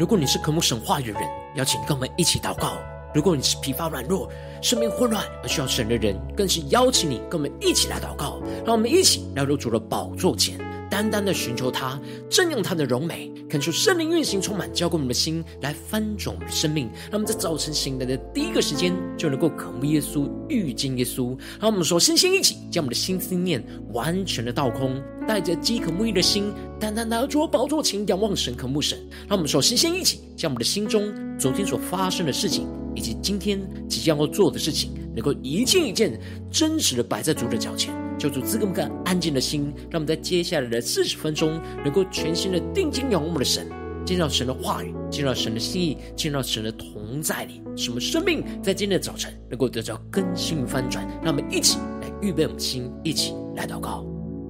如果你是渴慕神话语的人，邀请你跟我们一起祷告。如果你是疲乏软弱、生命混乱而需要神的人，更是邀请你跟我们一起来祷告。让我们一起来入主的宝座前，单单的寻求他，正用他的荣美，恳求圣灵运行充满，浇灌我们的心，来翻转我们的生命。让我们在早晨醒来的第一个时间，就能够渴慕耶稣，遇见耶稣。让我们说身心一起，将我们的心思念完全的倒空，带着饥渴沐浴的心，单单来到宝座前仰望神，渴慕神。让我们说身心一起，将我们的心中昨天所发生的事情，以及今天即将要做的事情，能够一件一件真实的摆在主的脚前，求主赐给我们个安静的心，让我们在接下来的40分钟，能够全心的定睛仰望我们的神，进入到神的话语，进入到神的心意，进入到神的同在里，使我们生命在今天的早晨能够得到更新翻转。让我们一起来预备我们的心，一起来祷告。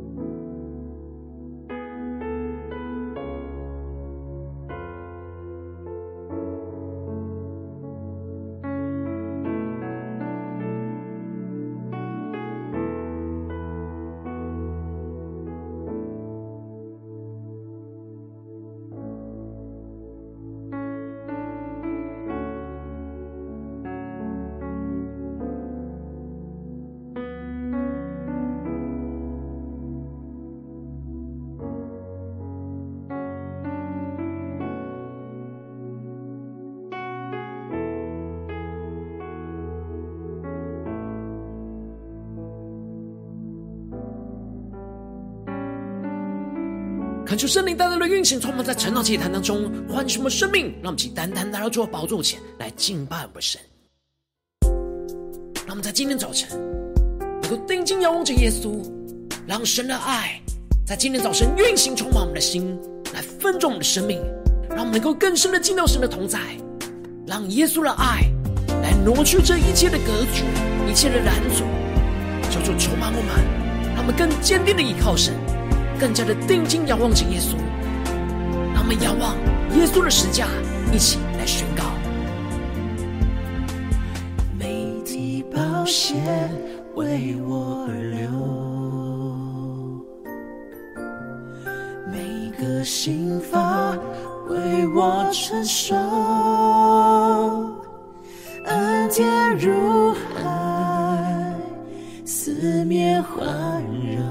恳求圣灵单单的运行，充满在晨祷祭坛当中，唤醒我们生命，让我们一起单单来到主的宝座前来敬拜我们的神。让我们在今天早晨能够定睛仰望着耶稣，让神的爱在今天早晨运行，充满我们的心，来分盛我们的生命，让我们能够更深的进到神的同在，让耶稣的爱来挪去这一切的隔绝，一切的拦阻，求主充满我们，让我们更坚定的依靠神，更加的定睛仰望着耶稣。让我们仰望耶稣的十架，一起来宣告： 每滴宝血为我而流，每个心法为我承受，恩典如海，四面环绕，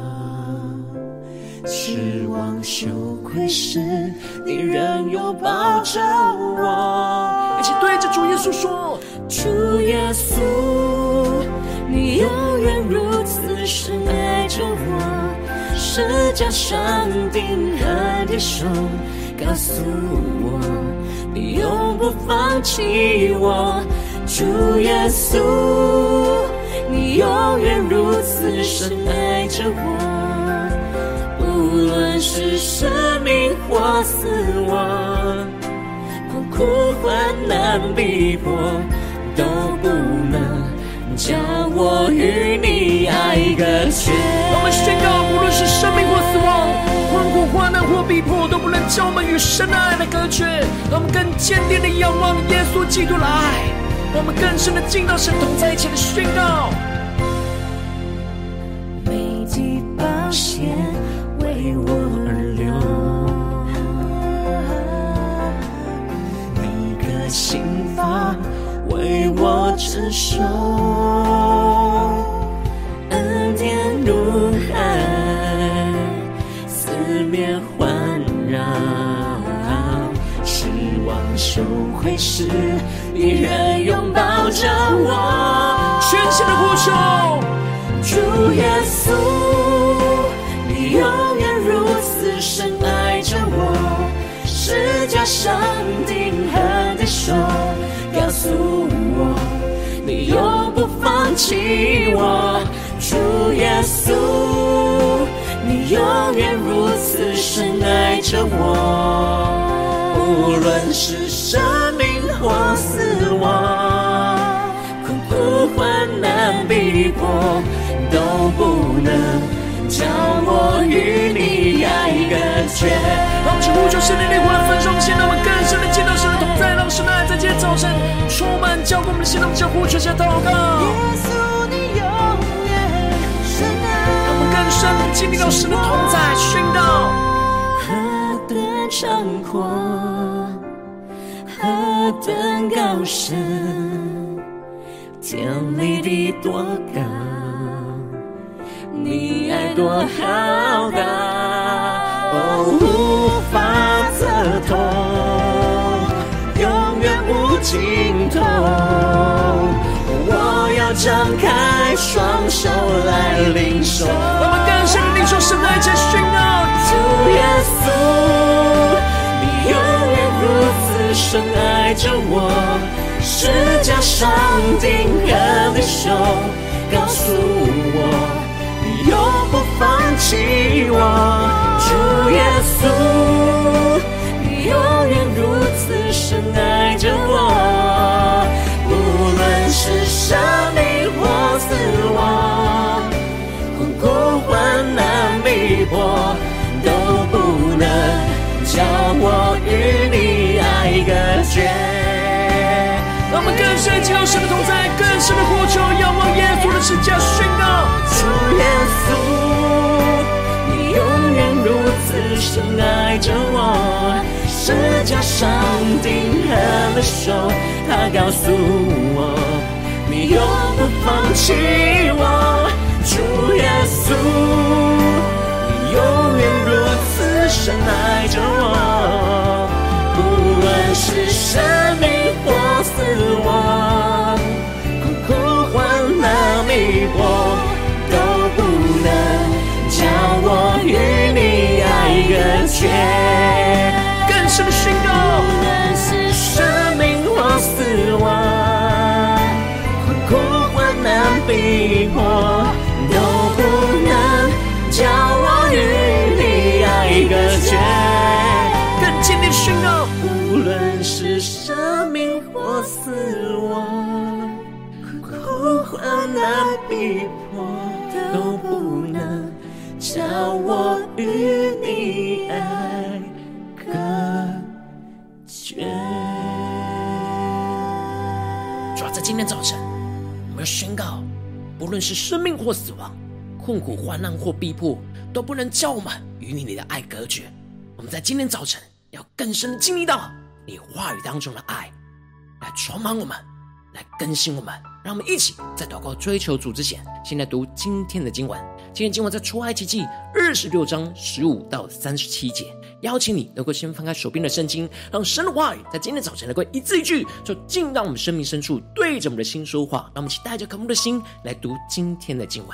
失望羞愧时，你仍拥抱着我。 一起对着主耶稣说： 主耶稣，你永远如此深爱着我，十架上钉痕的手告诉我，你永不放弃我。主耶稣，你永远如此深爱着我，无论是生命或死亡，痛苦患难逼迫，都不能将我与你爱隔绝。 我们宣告，无论是生命或死亡，困苦患难或逼迫，都不能将我们与神的爱来隔绝。让我们更坚定的仰望耶稣基督的爱，让我们更深的进到神同在一起的宣告。 每滴宝血为我而流，每个心房为我承受，恩典如海，四面环绕，失望羞愧时，你仍拥抱着我。 全心的呼求， 主耶稣，你永远如此深爱着我，十架上钉痕的手告诉我，你永不放弃我。主耶稣，你永远如此深爱着我，无论是生命或死亡，困苦患难逼迫，都不能将我与你爱隔绝。 让我们去呼求圣灵烈火的焚烧，先让我们更深的见到神的同在，让神的爱在今天早晨充满浇灌我们的心。让我们向呼求下祷告， 耶稣，你永远深爱， 让我们更深的经历到神的同在，宣告何等长阔， 登高山，天离地多高，你爱多浩大，无法测透，永远无尽头。我要张开双手来领受。 我们更深的领受神的爱在宣告， 主耶稣，你永远如此深爱着我，十架上钉痕的手告诉我，你永不放弃我。主耶稣，你永远如此深爱着我，无论是生命或死亡，困苦患难逼迫，都不能叫我与你爱隔绝。 让我们更深进入神的同在，更深的呼求，仰望耶稣的十架宣告， 主耶稣，你永远如此深爱着我，十架上钉痕的手，他告诉我，你永不放弃我。主耶稣，你永远如此深爱着我，无论是生命或死亡，困苦患难逼迫，都不能叫我与你爱隔绝。 更深的宣告， 无论是生命或死亡，困苦患难逼迫，都不能叫我与你爱隔绝。 更坚定的宣告， 无论是生命或死亡，困苦患难逼迫，都不能叫我与你爱隔绝。 主要在今天早晨，我们要宣告，不论是生命或死亡，困苦患难或逼迫，都不能叫我们与你的爱隔绝。我们在今天早晨要更深的经历到你话语当中的爱，来充满我们，来更新我们。让我们一起在祷告追求主之前，先来读今天的经文。今天经文在出埃及记26章15到37节。邀请你能够先翻开手边的圣经，让神的话语在今天早晨能够一字一句，就进到我们生命深处，对着我们的心说话。让我们一起带着渴慕的心来读今天的经文。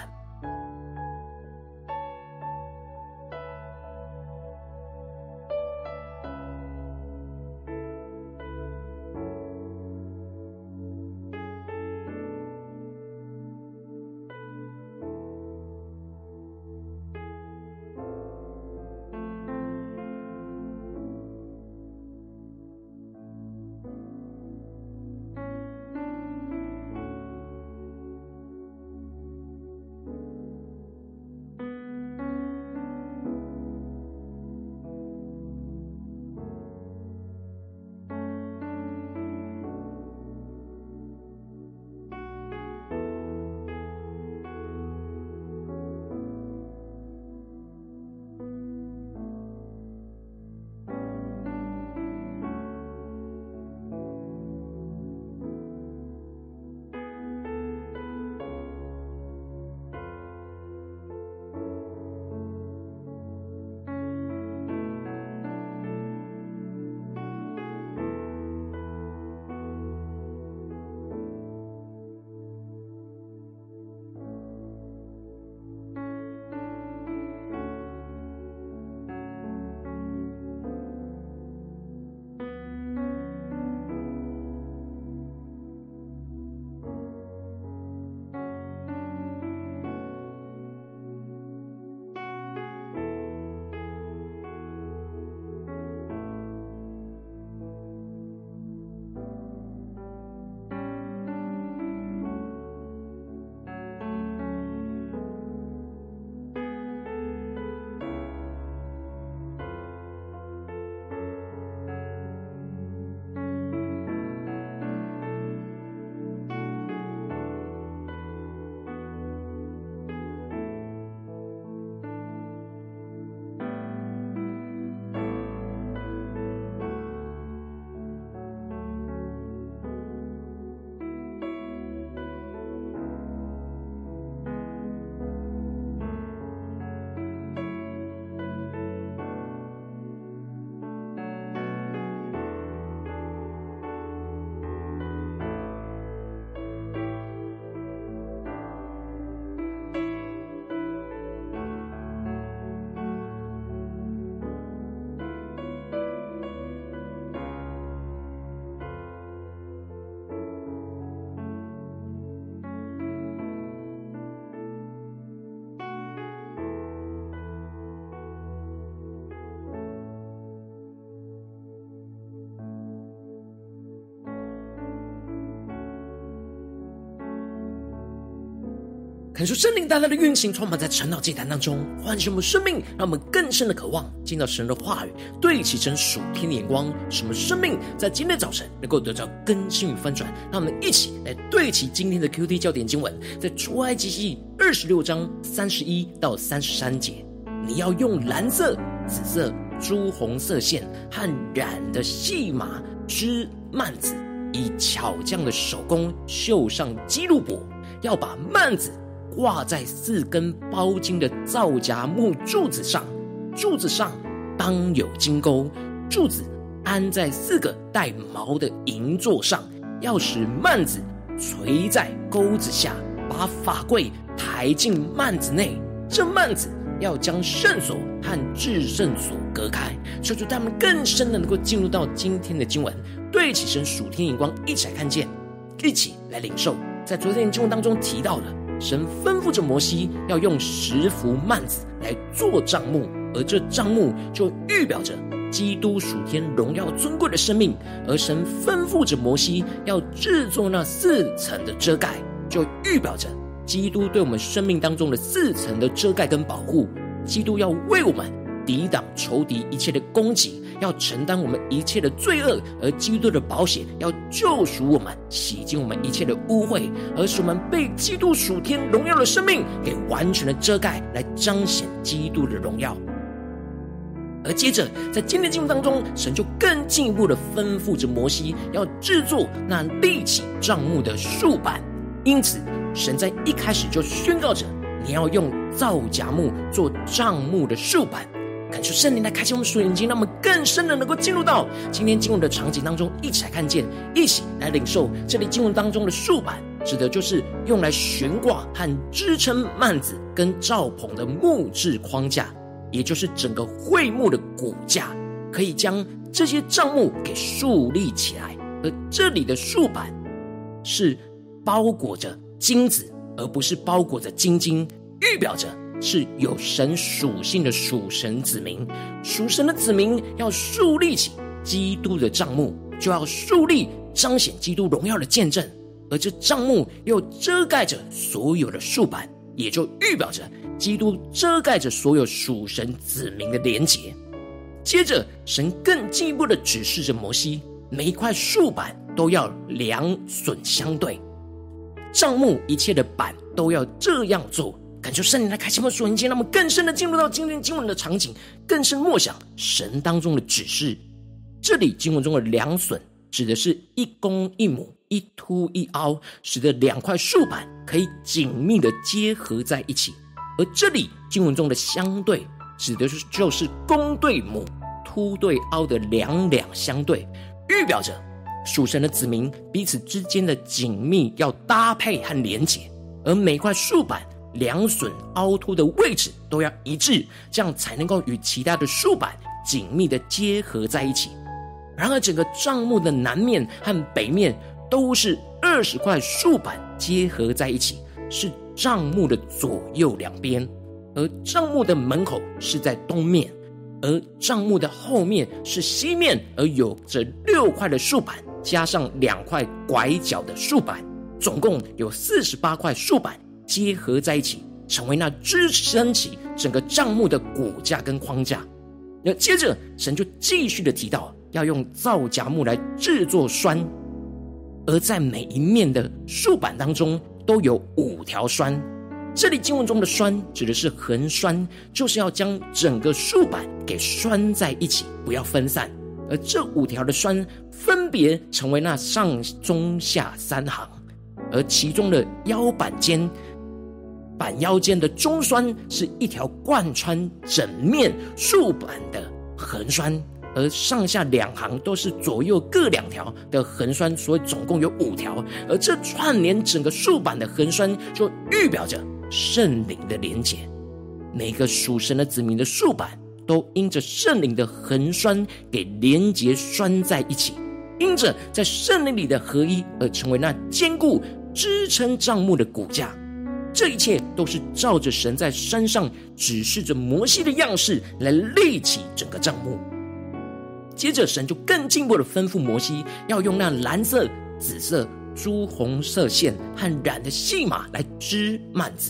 恳求圣灵大大的运行，充满在晨祷祭坛当中，唤醒我们生命，让我们更深的渴望进到神的话语，对齐神属天的眼光，使我们生命在今天早晨能够得到更新与翻转。让我们一起来对齐今天的 QT 焦点经文，在出埃及记26章31到33节。你要用蓝色、紫色、朱红色线和染的细麻织幔子，以巧匠的手工绣上基路伯，要把幔子挂在4根包金的皂荚木柱子上，柱子上当有金钩，柱子安在4个带毛的银座上，要使幔子垂在钩子下，把法柜抬进幔子内。这幔子要将圣所和至圣所隔开。求主他们更深的能够进入到今天的经文，对起神属天眼光，一起来看见，一起来领受。在昨天的经文当中提到了，神吩咐着摩西要用10幅幔子来做帐幕，而这帐幕就预表着基督属天荣耀尊贵的生命。而神吩咐着摩西要制作那4层的遮盖，就预表着基督对我们生命当中的4层的遮盖跟保护。基督要为我们抵挡仇敌一切的攻击，要承担我们一切的罪恶，而基督的宝血要救赎我们，洗净我们一切的污秽，而使我们被基督属天荣耀的生命给完全的遮盖，来彰显基督的荣耀。而接着在今天的经文当中，神就更进一步的吩咐着摩西要制作那立起帐幕的树板。因此神在一开始就宣告着，你要用皂荚木做帐幕的树板。恳求圣灵来开启我们属灵眼睛，让我们更深的能够进入到今天经文的场景当中，一起来看见，一起来领受。这里经文当中的树板指的就是用来悬挂和支撑幔子跟罩棚的木质框架，也就是整个会幕的骨架，可以将这些帐幕给树立起来。而这里的树板是包裹着金子，而不是包裹着金晶，预表着是有神属性的属神子民。属神的子民要树立起基督的帐幕，就要树立彰显基督荣耀的见证。而这帐幕又遮盖着所有的树板，也就预表着基督遮盖着所有属神子民的连结。接着神更进一步的指示着摩西，每一块树板都要量损相对，帐幕一切的板都要这样做。感受圣灵来开启我们属灵眼睛，让我们更深的进入到今天经文的场景，更深默想神当中的指示。这里经文中的量损指的是1公1母，1凸1凹，使得2块树板可以紧密的结合在一起。而这里经文中的相对指的就是公对母，凸对凹的两相对，预表着属神的子民彼此之间的紧密要搭配和连结。而每块树板量损凹凸的位置都要一致，这样才能够与其他的树板紧密的结合在一起。然而整个帐幕的南面和北面都是20块树板结合在一起，是帐幕的左右两边。而帐幕的门口是在东面，而帐幕的后面是西面，而有着6块的树板加上2块拐角的树板，总共有48块树板结合在一起，成为那支撑起整个帐幕的骨架跟框架。那接着神就继续的提到，要用皂荚木来制作栓，而在每一面的树板当中都有5条栓。这里经文中的栓指的是横栓，就是要将整个树板给拴在一起，不要分散。而这5条的栓分别成为那上中下3行，而其中的腰板腰间的中栓是1条贯穿整面树板的横栓，而上下2行都是左右各2条的横栓，所以总共有5条。而这串联整个树板的横栓就预表着圣灵的连结。每个属神的子民的树板都因着圣灵的横栓给连结拴在一起，因着在圣灵里的合一而成为那坚固支撑帐幕的骨架。这一切都是照着神在山上指示着摩西的样式来立起整个帐幕。接着神就更进一步的吩咐摩西要用那蓝色、紫色、朱红色线和染的细麻来织幔子，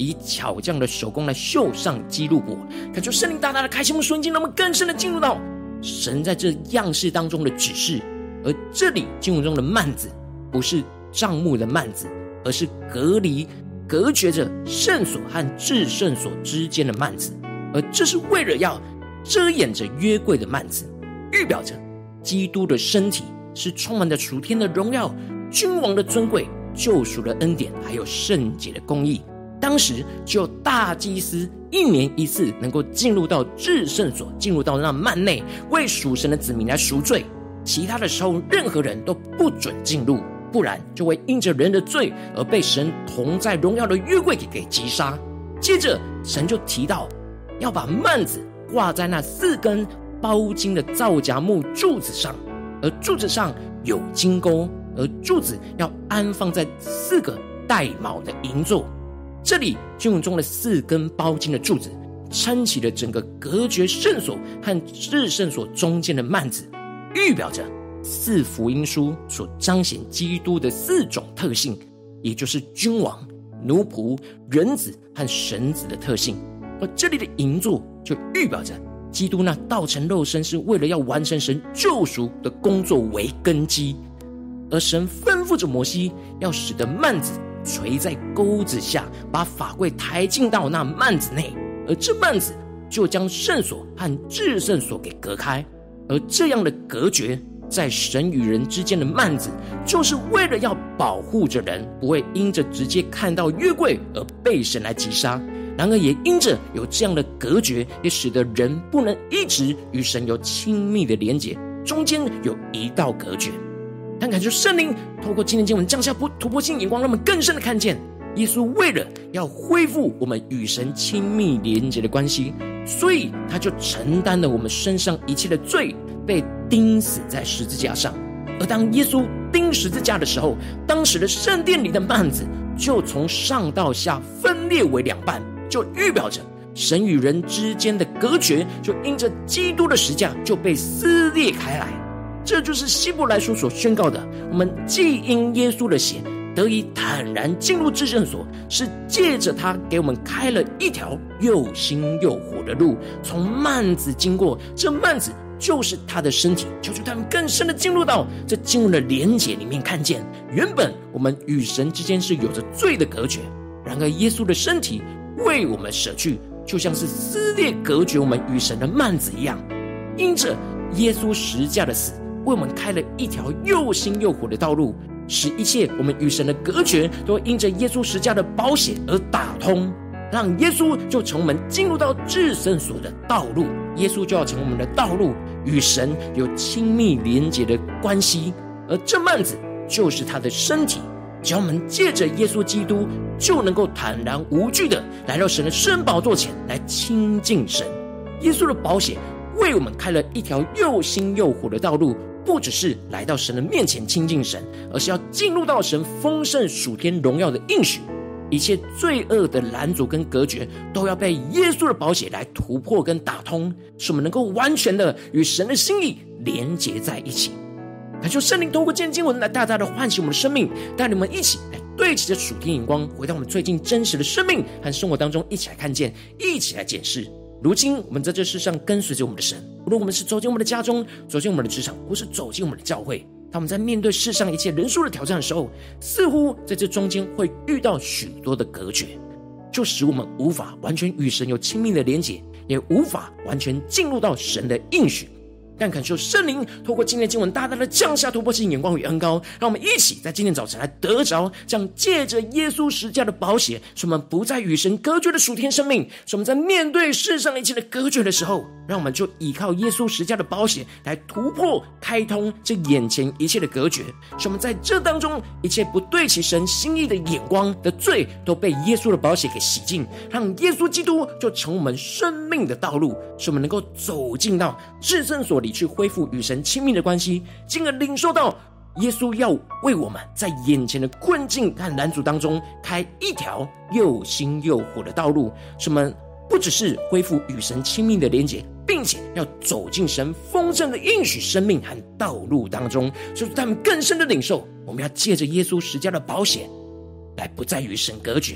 以巧匠的手工来绣上基路伯。恳求圣灵大大的开启我们瞬间，让我们更深的进入到神在这样式当中的指示。而这里经文中的幔子不是帐幕的幔子，而是隔绝着圣所和至圣所之间的幔子，而这是为了要遮掩着约柜的幔子，预表着基督的身体是充满着属天的荣耀、君王的尊贵、救赎的恩典，还有圣洁的公义。当时只有大祭司1年1次能够进入到至圣所，进入到那幔内，为属神的子民来赎罪，其他的时候任何人都不准进入，不然就会因着人的罪而被神同在荣耀的约柜给击杀。接着神就提到要把幔子挂在那4根包金的皂荚木柱子上，而柱子上有金钩，而柱子要安放在4个带卯的银座。这里经文中的4根包金的柱子撑起了整个隔绝圣所和至圣所中间的幔子，预表着4福音书所彰显基督的4种特性，也就是君王、奴仆、人子和神子的特性。而这里的银座就预表着基督那道成肉身是为了要完成神救赎的工作为根基，而神吩咐着摩西要使得幔子垂在钩子下，把法柜抬进到那幔子内，而这幔子就将圣所和至圣所给隔开。而这样的隔绝在神与人之间的幔子，就是为了要保护着人不会因着直接看到约柜而被神来击杀，然而也因着有这样的隔绝，也使得人不能一直与神有亲密的连结，中间有一道隔绝。但感谢圣灵透过今天经文降下突破性眼光，让我们更深的看见耶稣为了要恢复我们与神亲密连结的关系，所以他就承担了我们身上一切的罪，被钉死在十字架上。而当耶稣钉十字架的时候，当时的圣殿里的幔子就从上到下分裂为2半，就预表着神与人之间的隔绝就因着基督的十架就被撕裂开来。这就是希伯来书所宣告的，我们既因耶稣的血得以坦然进入至圣所，是借着他给我们开了一条又新又活的路，从幔子经过，这幔子就是他的身体。求主他们更深的进入到这经文的连结里面，看见原本我们与神之间是有着罪的隔绝，然而耶稣的身体为我们舍去，就像是撕裂隔绝我们与神的幔子一样。因着耶稣十架的死，为我们开了一条又新又活的道路，使一切我们与神的隔绝都因着耶稣十架的宝血而打通，让耶稣就成我们进入到至圣所的道路。耶稣就要成我们的道路，与神有亲密连结的关系，而这幔子就是他的身体。只要我们借着耶稣基督，就能够坦然无惧的来到神的圣宝座前来亲近神。耶稣的宝血为我们开了一条又新又活的道路，不只是来到神的面前亲近神，而是要进入到神丰盛属天荣耀的应许。一切罪恶的拦阻跟隔绝都要被耶稣的宝血来突破跟打通，使我们能够完全的与神的心意连结在一起。恳求圣灵透过今天经文来大大的唤醒我们的生命，带领我们一起来对齐着属天眼光，回到我们最近真实的生命和生活当中，一起来看见，一起来检视。如今我们在这世上跟随着我们的神，无论我们是走进我们的家中，走进我们的职场，或是走进我们的教会，当我们在面对世上一切人数的挑战的时候，似乎在这中间会遇到许多的隔绝，就使我们无法完全与神有亲密的连结，也无法完全进入到神的应许。但恳求圣灵透过今天的经文大大的降下突破性眼光与恩膏，让我们一起在今天早晨来得着这样借着耶稣十架的宝血，使我们不再与神隔绝的属天生命，使我们在面对世上一切的隔绝的时候，让我们就依靠耶稣十架的宝血来突破开通这眼前一切的隔绝，使我们在这当中一切不对齐神心意的眼光的罪都被耶稣的宝血给洗净，让耶稣基督就成我们生命的道路，使我们能够走进到至圣所里去恢复与神亲密的关系，进而领受到耶稣要为我们在眼前的困境和拦阻当中开一条又新又活的道路，使我们不只是恢复与神亲密的连结，并且要走进神丰盛的应许生命和道路当中，就是他们更深的领受，我们要借着耶稣十架的宝血来不再与神隔绝，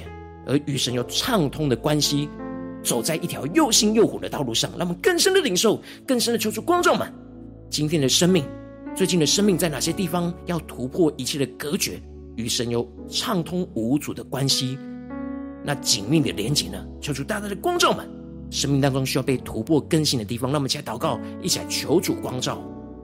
而与神有畅通的关系，走在一条又新又火的道路上。让我们更深的领受，更深的求主光照们今天的生命，最近的生命在哪些地方要突破一切的隔绝，与神有畅通无阻的关系，那紧密的连结呢？求主大大的光照们生命当中需要被突破更新的地方。让我们一起来祷告，一起来求主光照。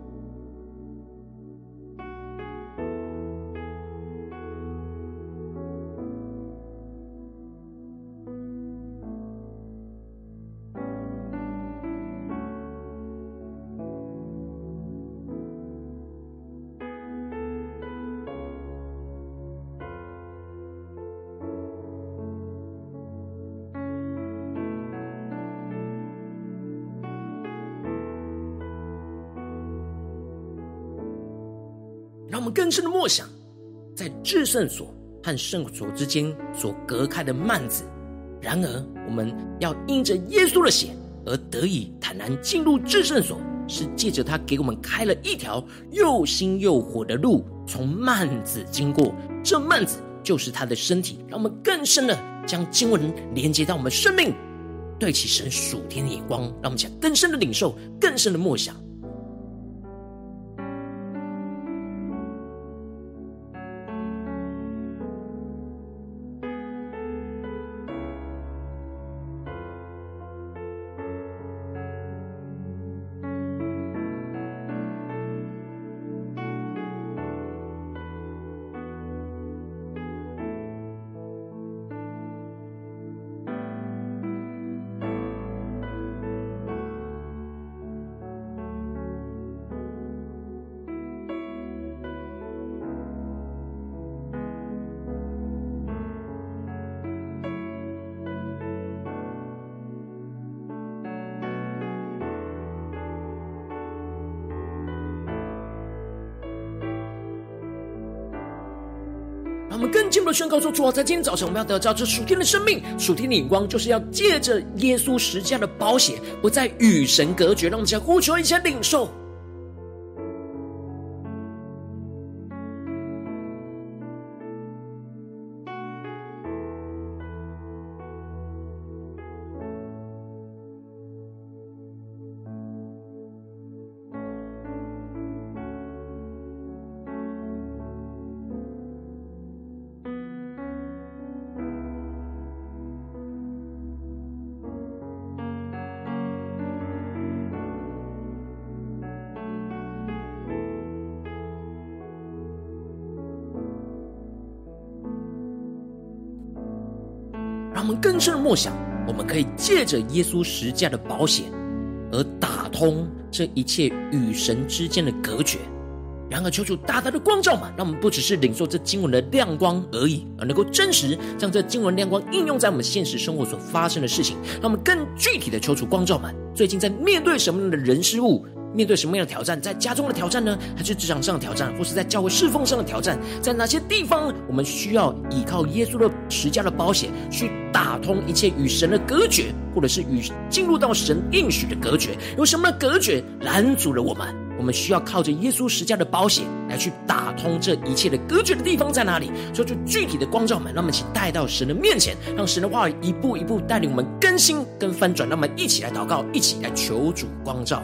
让我们更深的默想，在至圣所和圣所之间所隔开的幔子，然而我们要因着耶稣的血而得以坦然进入至圣所，是借着他给我们开了一条又新又火的路，从幔子经过，这幔子就是他的身体。让我们更深的将经文连接到我们生命，对齐神属天的眼光，让我们讲更深的领受，更深的默想。让我们更进一步的宣告说，主啊，在今天早晨我们要得到这属天的生命，属天的眼光，就是要借着耶稣十字架的宝血，不再与神隔绝。让我们一起来呼求，一起来领受。让我们更深的默想，我们可以借着耶稣十字架的宝血而打通这一切与神之间的隔绝。然而求主大大的光照嘛，让我们不只是领受这经文的亮光而已，而能够真实将这经文亮光应用在我们现实生活所发生的事情。让我们更具体的求主光照嘛，最近在面对什么样的人事物，面对什么样的挑战，在家中的挑战呢，还是职场上的挑战，或是在教会侍奉上的挑战，在哪些地方我们需要依靠耶稣的十字架的宝血去打通一切与神的隔绝，或者是与进入到神应许的隔绝？有什么隔绝拦阻了我们？我们需要靠着耶稣十字架的宝血来去打通这一切的隔绝的地方在哪里？所以就具体的光照们，让我们一起带到神的面前，让神的话语一步一步带领我们更新跟翻转。让我们一起来祷告，一起来求主光照。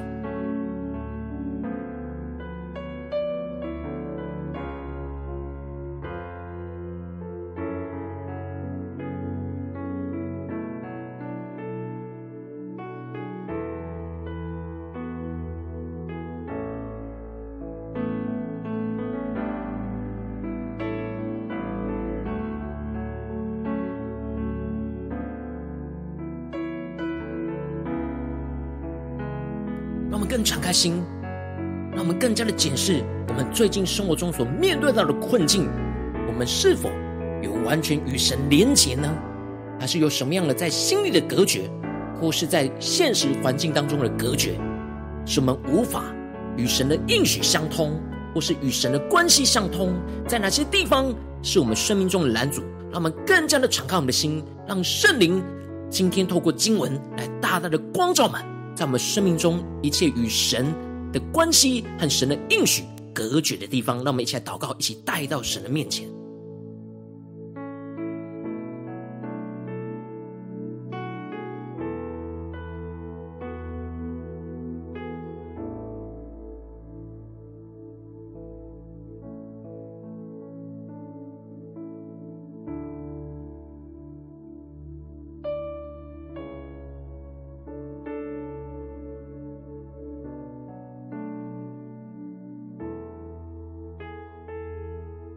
让我们更敞开心，让我们更加的检视我们最近生活中所面对到的困境，我们是否有完全与神连结呢？还是有什么样的在心里的隔绝，或是在现实环境当中的隔绝，使我们无法与神的应许相通，或是与神的关系相通？在哪些地方是我们生命中的拦阻？让我们更加的敞开我们的心，让圣灵今天透过经文来大大的光照们在我们生命中一切与神的关系和神的应许隔绝的地方。让我们一起来祷告，一起带到神的面前。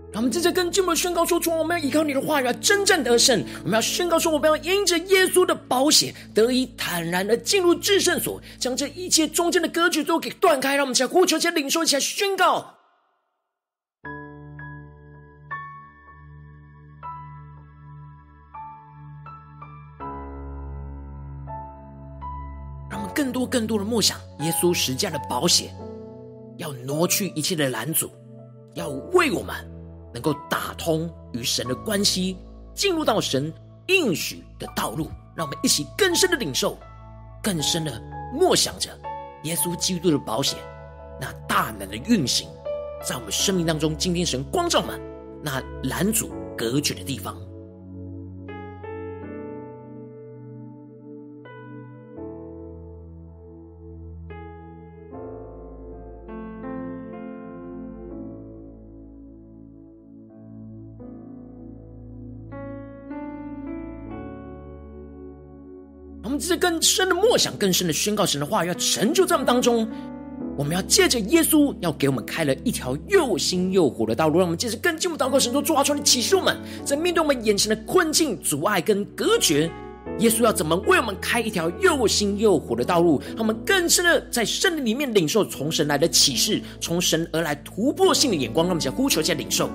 让我们接着跟进步的宣告说：主啊，我们要依靠你的话语来征战得胜。我们要宣告说，我们要因着耶稣的宝血，得以坦然的进入至圣所，将这一切中间的隔距都给断开。让我们一起来呼求，一起来领受，一起来宣告。让我们更多的默想耶稣十架的宝血，要挪去一切的拦阻，要为我们能够打通与神的关系，进入到神应许的道路。让我们一起更深的领受，更深的默想着耶稣基督的宝血那大能的运行，在我们生命当中，今天神光照们那拦阻隔绝的地方。我们这更深的默想，更深的宣告神的话语要成就在我们当中。我们要借着耶稣，要给我们开了一条又新又活的道路。让我们接着更进一步祷告，神说：主啊，求你启示我们，在面对我们眼前的困境、阻碍跟隔绝，耶稣要怎么为我们开一条又新又活的道路？让我们更深的在圣灵里面领受从神来的启示，从神而来突破性的眼光。让我们一起来呼求，一起来领受。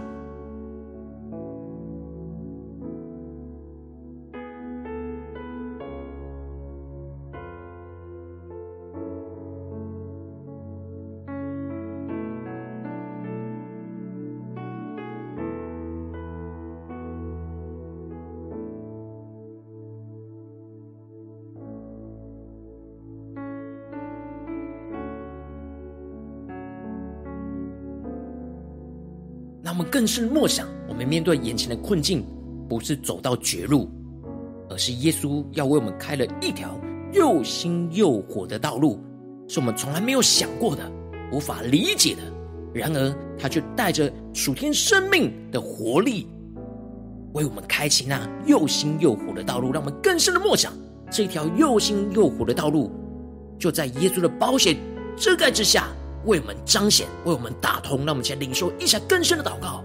让我们更深默想，我们面对眼前的困境，不是走到绝路，而是耶稣要为我们开了一条又新又活的道路，是我们从来没有想过的，无法理解的。然而他却带着属天生命的活力，为我们开启那又新又活的道路。让我们更深的默想，这条又新又活的道路，就在耶稣的宝血遮盖之下，为我们彰显，为我们打通。让我们一起来领受一下更深的祷告。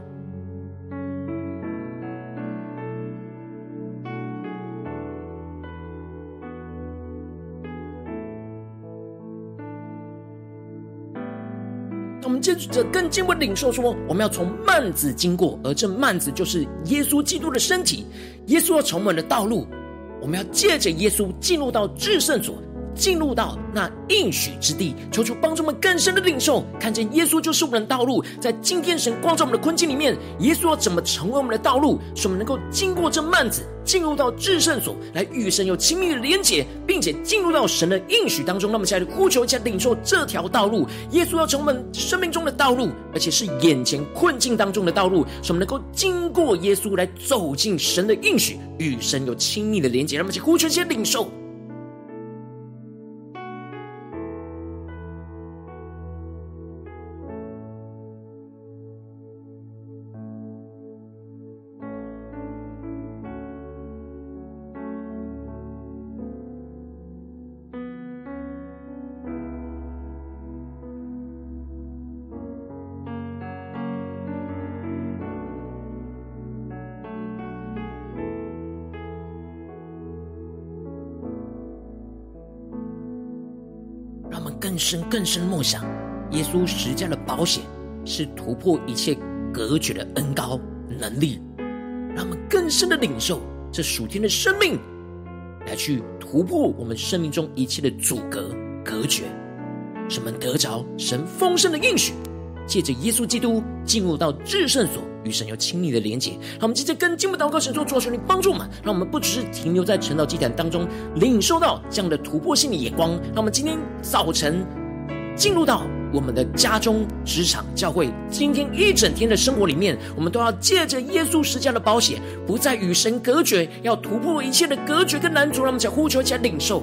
我们接着更进一步领受说，我们要从幔子经过，而这幔子就是耶稣基督的身体。耶稣要从我们的道路，我们要借着耶稣进入到至圣所，进入到那应许之地。求主帮助我们更深的领受，看见耶稣就是我们的道路。在今天神光照我们的困境里面，耶稣要怎么成为我们的道路，使我们能够经过这幔子，进入到至圣所，来与神有亲密的连结，并且进入到神的应许当中。那么现在呼求一下，领受这条道路。耶稣要成为我们生命中的道路，而且是眼前困境当中的道路，使我们能够经过耶稣来走进神的应许，与神有亲密的连结。让我们一起呼求一下，领受。让我们更深默想，耶稣十架的宝血是突破一切隔绝的恩膏能力。让我们更深的领受这属天的生命，来去突破我们生命中一切的阻隔隔绝，使我们得着神丰盛的应许，借着耶稣基督进入到至圣所，与神有亲密的连结。让我们接着跟进步祷告，神说：主啊，求你帮助我们，让我们不只是停留在晨祷祭坛当中领受到这样的突破性的眼光。让我们今天早晨进入到我们的家中、职场、教会，今天一整天的生活里面，我们都要借着耶稣十架的宝血，不再与神隔绝，要突破一切的隔绝跟拦阻。让我们讲呼求起来领受。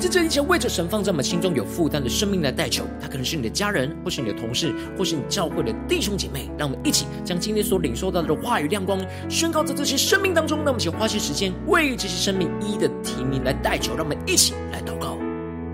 在这一切为着神放在我们心中有负担的生命来代求，他可能是你的家人，或是你的同事，或是你教会的弟兄姐妹。让我们一起将今天所领受到的话语亮光宣告在这些生命当中。让我们一起花些时间为这些生命一一的提名来代求，让我们一起来祷告。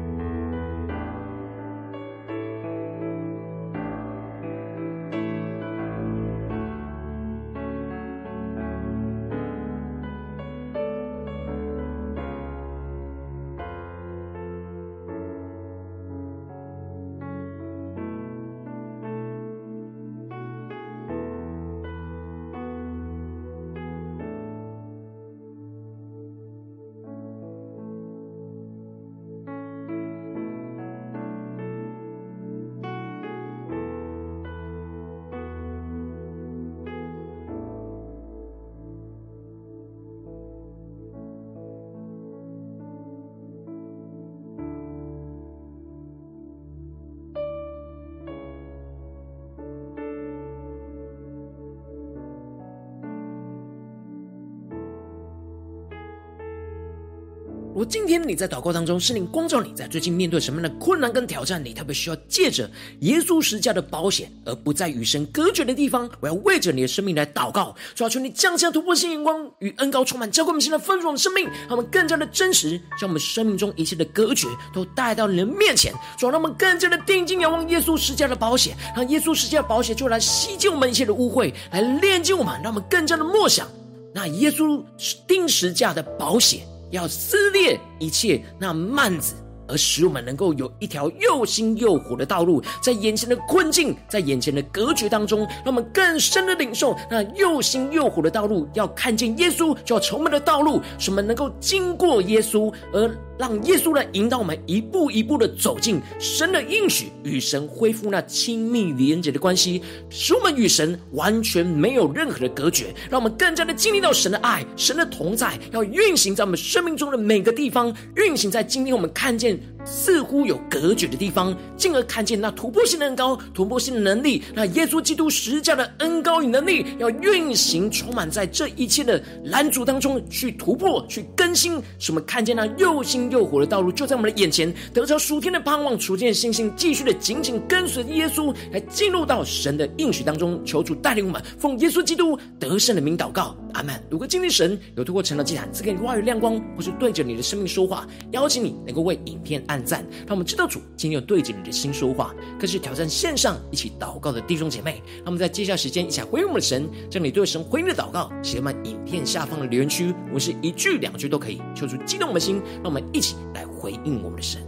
如果今天你在祷告当中，圣灵光照你在最近面对什么样的困难跟挑战，你特别需要借着耶稣十架的保险，而不在与神隔绝的地方，我要为着你的生命来祷告。主要求你降下突破性眼光与恩膏充满，浇灌我们现在丰盛的生命，让我们更加的真实，将我们生命中一切的隔绝都带到你的面前。主要让我们更加的定睛仰望耶稣十架的保险，让耶稣十架的保险就来洗净我们一切的污秽，来炼净我们，让我们更加的默想那耶稣钉十架的保险要撕裂一切那幔子，而使我们能够有一条又新又活的道路，在眼前的困境，在眼前的隔绝当中，让我们更深的领受那又新又活的道路。要看见耶稣，就要成我们的道路，使我们能够经过耶稣，而让耶稣来引导我们一步一步的走进神的应许，与神恢复那亲密连结的关系，使我们与神完全没有任何的隔绝，让我们更加的经历到神的爱，神的同在要运行在我们生命中的每个地方，运行在今天我们看见似乎有隔绝的地方，进而看见那突破性的恩膏，突破性的能力，那耶稣基督十架的恩膏与能力要运行充满在这一切的拦阻当中，去突破，去更新，使我们看见那又新又活的道路就在我们的眼前，得着属天的盼望，属天的信心，继续的紧紧跟随耶稣，来进入到神的应许当中。求主带领我们，奉耶稣基督得胜的名祷告，阿们。如果今天神有透过晨祷祭坛赐给你话语亮光，或是对着你的生命说话，邀请你能够为影片按赞，让我们知道主今天有对着你的心说话，更是挑战线上一起祷告的弟兄姐妹。让我们在接下来时间一起来回应我们的神，将你对神回应的祷告写满影片下方的留言区，无论是一句两句都可以，求主激动我们的心，让我们一起来回应我们的神。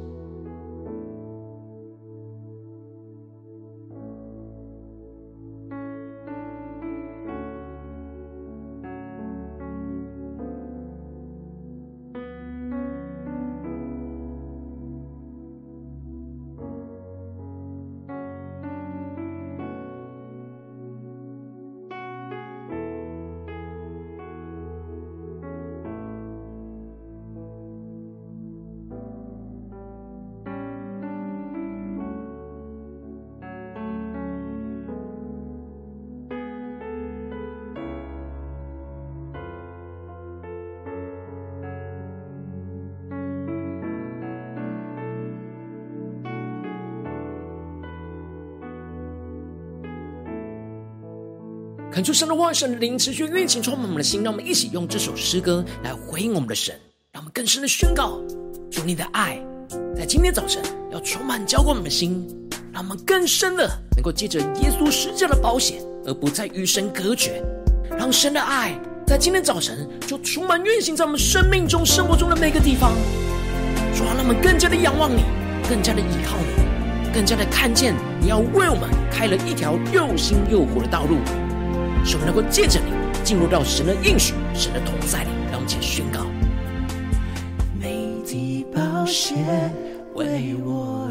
恳求神的话语，神的灵持续运行充满我们的心，让我们一起用这首诗歌来回应我们的神，让我们更深的宣告主你的爱在今天早晨要充满浇灌我们的心，让我们更深的能够借着耶稣十架的保险，而不再与神隔绝，让神的爱在今天早晨就充满运行在我们生命中生活中的每个地方。主啊，让我们更加的仰望你，更加的依靠你，更加的看见你要为我们开了一条又新又活的道路，使我们能够借着你进入到神的应许，神的同在里。让我们一起宣告： 每滴宝血为我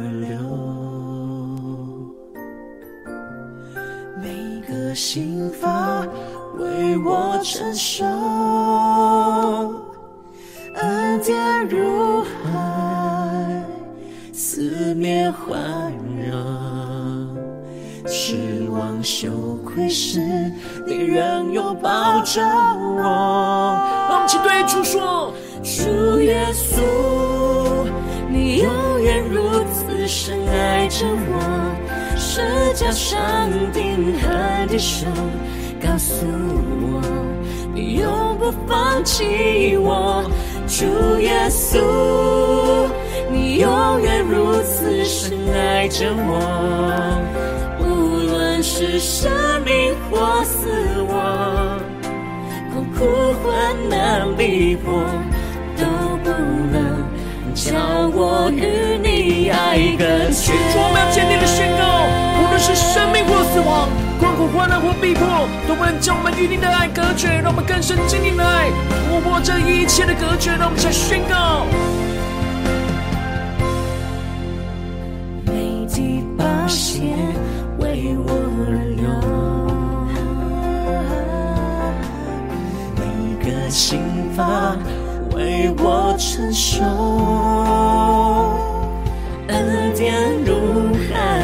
流，每个心法为我承受，恩典如海，四面环绕，失望羞愧时，你仍拥抱着我。 让我们一起对主说： 主耶稣，你远如此深爱着我，十架上钉痕的手告诉我，你永不放弃我。主耶稣，你永远如此深爱着我，无论是生命或死亡，痛苦患难逼迫，都不能叫我与你爱隔绝。 主，我们要坚定的宣告，无论是生命或死亡，困苦患难或逼迫，都不能将我们与你的爱隔绝。让我们更深经历爱，突破这一切的隔绝。让我们再宣告， 每滴宝血为我而流，每个心房为我承受，恩典如海，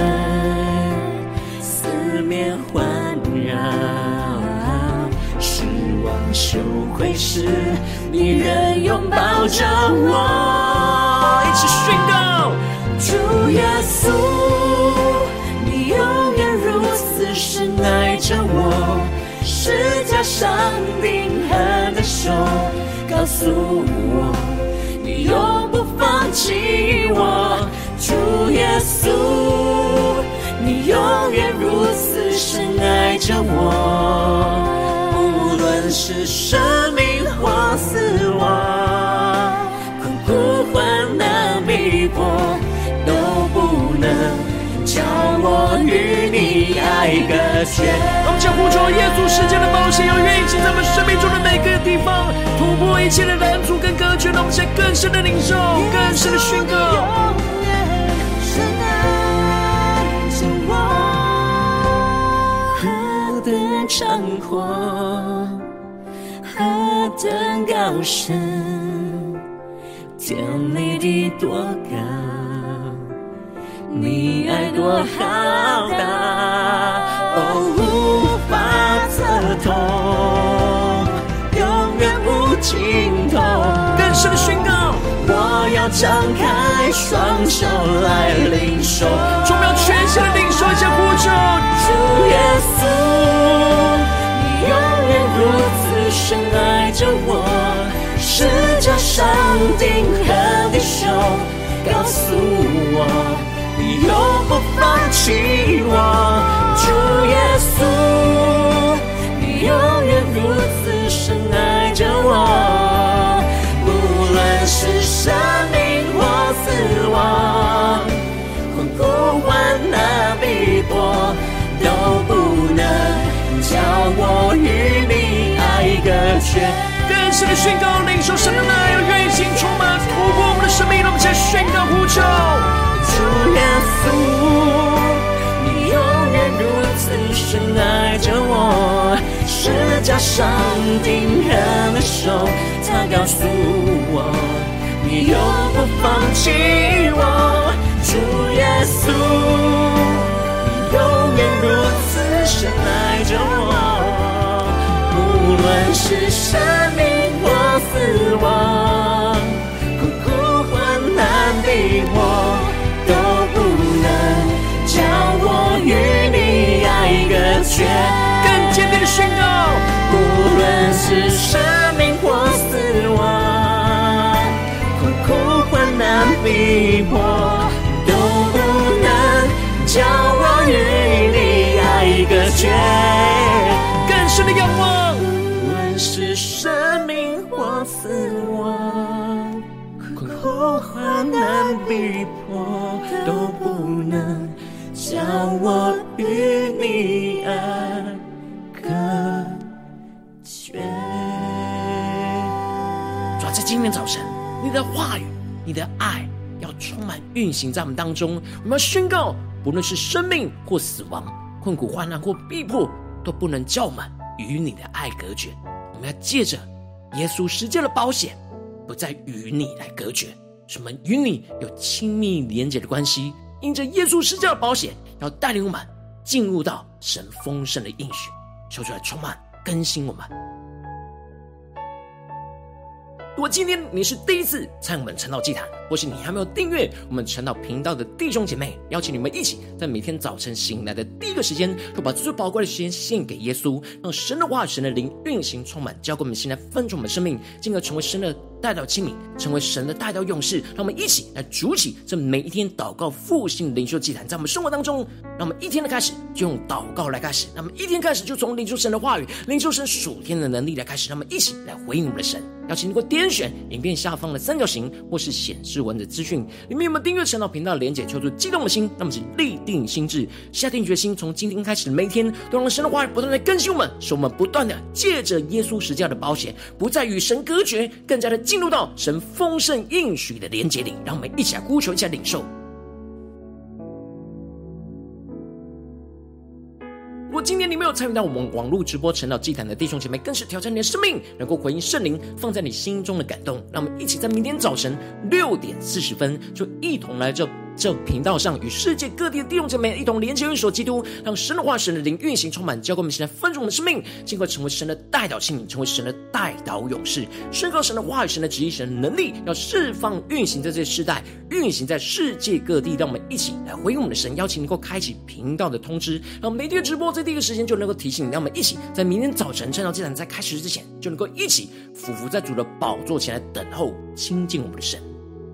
四面环绕，失望羞愧时，你仍拥抱着我。 一起宣告， 主耶稣，你永远如此深爱着我，十架上钉痕的手告诉我，你永不放弃我。主耶稣，你永远如此深爱着我，无论是生命或死亡，困苦患难逼迫，都不能叫我与你爱隔绝。 让我们将呼求耶稣十架的宝血要运行在我们生命中的每个地方，突破一切的拦阻跟隔绝。让我们现在更深的领受，更深的宣告， 深爱着我，何等长阔，何等高深，天离地多高，你爱多浩大，无法测透，永远无尽头。 更深的宣告， 我要张开双手来领受。 主，我们要全心的领受，一起呼求， 主耶稣，你永远如此深爱着我，十架上钉痕的手告诉我，你永不放弃我。主耶稣，你永远如此深爱着我，无论是生命或死亡，困苦患难逼迫，都不能叫我与你爱隔绝。 更深的宣告，领受神的爱要运行充满突破我们的生命。让我们再宣告呼求， 主耶稣，你永远如此深爱着我，十架上钉痕的手，他告诉我，你永不放弃我。主耶稣，你永远如此深爱着我，无论是生命或死亡，困苦患难逼迫，都不能叫我与你爱隔绝。 更坚定的宣告， 无论是生命或死亡，困苦患难逼迫，都不能叫我与你爱隔绝。 更深的仰望， 无论是生命或死亡，困苦患难逼迫，都不能叫我与你爱隔绝。 主啊，在今天早晨，你的话语，你的爱要充满运行在我们当中。我们要宣告，不论是生命或死亡，困苦患难或逼迫，都不能叫我们与你的爱隔绝。我们要借着耶稣十架的宝血，不再与你来隔绝，使我们与你有亲密连结的关系。因着耶稣十架的宝血，要带领我们进入到神丰盛的应许，求主来充满更新我们。 如果今天你是第一次参与我们晨祷祭坛，或是你还没有订阅我们晨祷频道的弟兄姐妹，邀请你们一起在每天早晨醒来的第一个时间，就把最宝贵的时间献给耶稣，让神的话语、神的灵运行充满，浇灌我们心来分盛我们生命，进而成为神的代祷器皿，成为神的代祷勇士。让我们一起来筑起这每一天祷告复兴灵修祭坛，在我们生活当中，让我们一天的开始就用祷告来开始，让我们一天开始就从领受神的话语、领受神属天的能力来开始，让我们一起来回应我们的神。邀请你给我点选影片下方的三角形，或是显示文的资讯里面有没有订阅晨祷频道的连结，求出激动的心，让我们一起立定心志，下定决心，从今天开始的每一天都让神的话语不断的更新我们，使我们不断的借着耶稣十字架的宝血，不再与神隔绝，更加的进入到神丰盛应许的连结里。让我们一起来呼求，一起来领受。如果今天你没有参与到我们网络直播晨祷祭坛的弟兄姐妹，更是挑战你的生命，能够回应圣灵放在你心中的感动。让我们一起在明天早晨6:40就一同来这频道上，与世界各地的弟兄姐妹一同连接、运手基督，让神的话、神的灵运行充满，浇灌我们现在分盛我们的生命，进而成为神的代祷器皿，成为神的代祷勇士，宣告神的话语、神的旨意、神的能力，要释放、运行在这个世代，运行在世界各地。让我们一起来回应我们的神，邀请能够开启频道的通知，让每天直播在第一个时间就能够提醒你。让我们一起在明天早晨晨祷祭坛在开始之前，就能够一起俯伏在主的宝座前来等候亲近我们的神。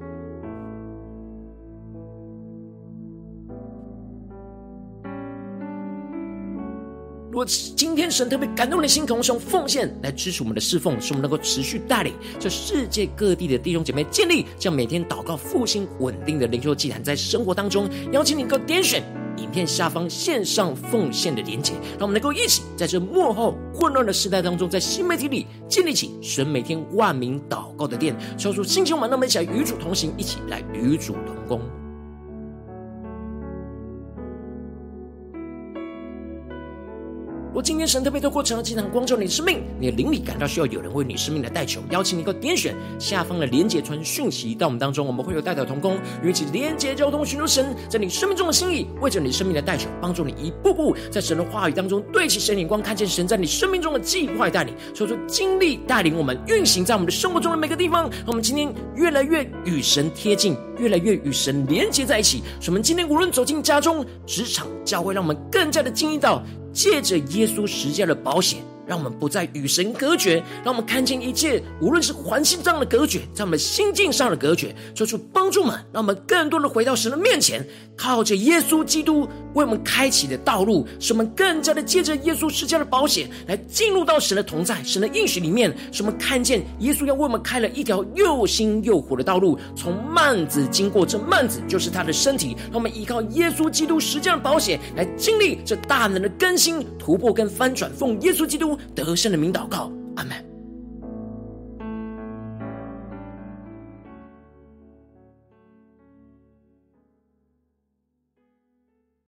如果今天神特别感动你的心，可用奉献来支持我们的侍奉，使我们能够持续带领这世界各地的弟兄姐妹建立这样每天祷告复兴稳定的灵修祭坛，在生活当中邀请你能够点选影片下方线上奉献的连结，让我们能够一起在这末后混乱的时代当中，在新媒体里建立起神每天万名祷告的殿，抽出星球们，让我们一起来与主同行，一起来与主同工。若今天神特别透过晨祷祭坛光照你的生命，你的灵里感到需要有人为你生命的代求，邀请你能够点选下方的连结传讯息到我们当中，我们会有代祷同工与一起连结交通，寻求神在你生命中的心意，为着你生命的代求，帮助你一步步在神的话语当中对齐神眼光，看见神在你生命中的计划带领，说出经历带领我们运行在我们的生活中的每个地方。让我们今天越来越与神贴近，越来越与神连结在一起，使我们今天无论走进家中、职场、教会，让我们更加的经历到借着耶稣十字架的宝血，让我们不再与神隔绝，让我们看见一切，无论是环境上的隔绝，在我们心境上的隔绝，求主帮助我们，让我们更多的回到神的面前，靠着耶稣基督为我们开启的道路，使我们更加的借着耶稣十字架的宝血来进入到神的同在、神的应许里面，使我们看见耶稣要为我们开了一条又新又活的道路，从幔子经过，这幔子就是他的身体，让我们依靠耶稣基督十字架的宝血来经历这大能的更新、突破跟翻转，奉耶稣基督得胜的名祷告，阿们。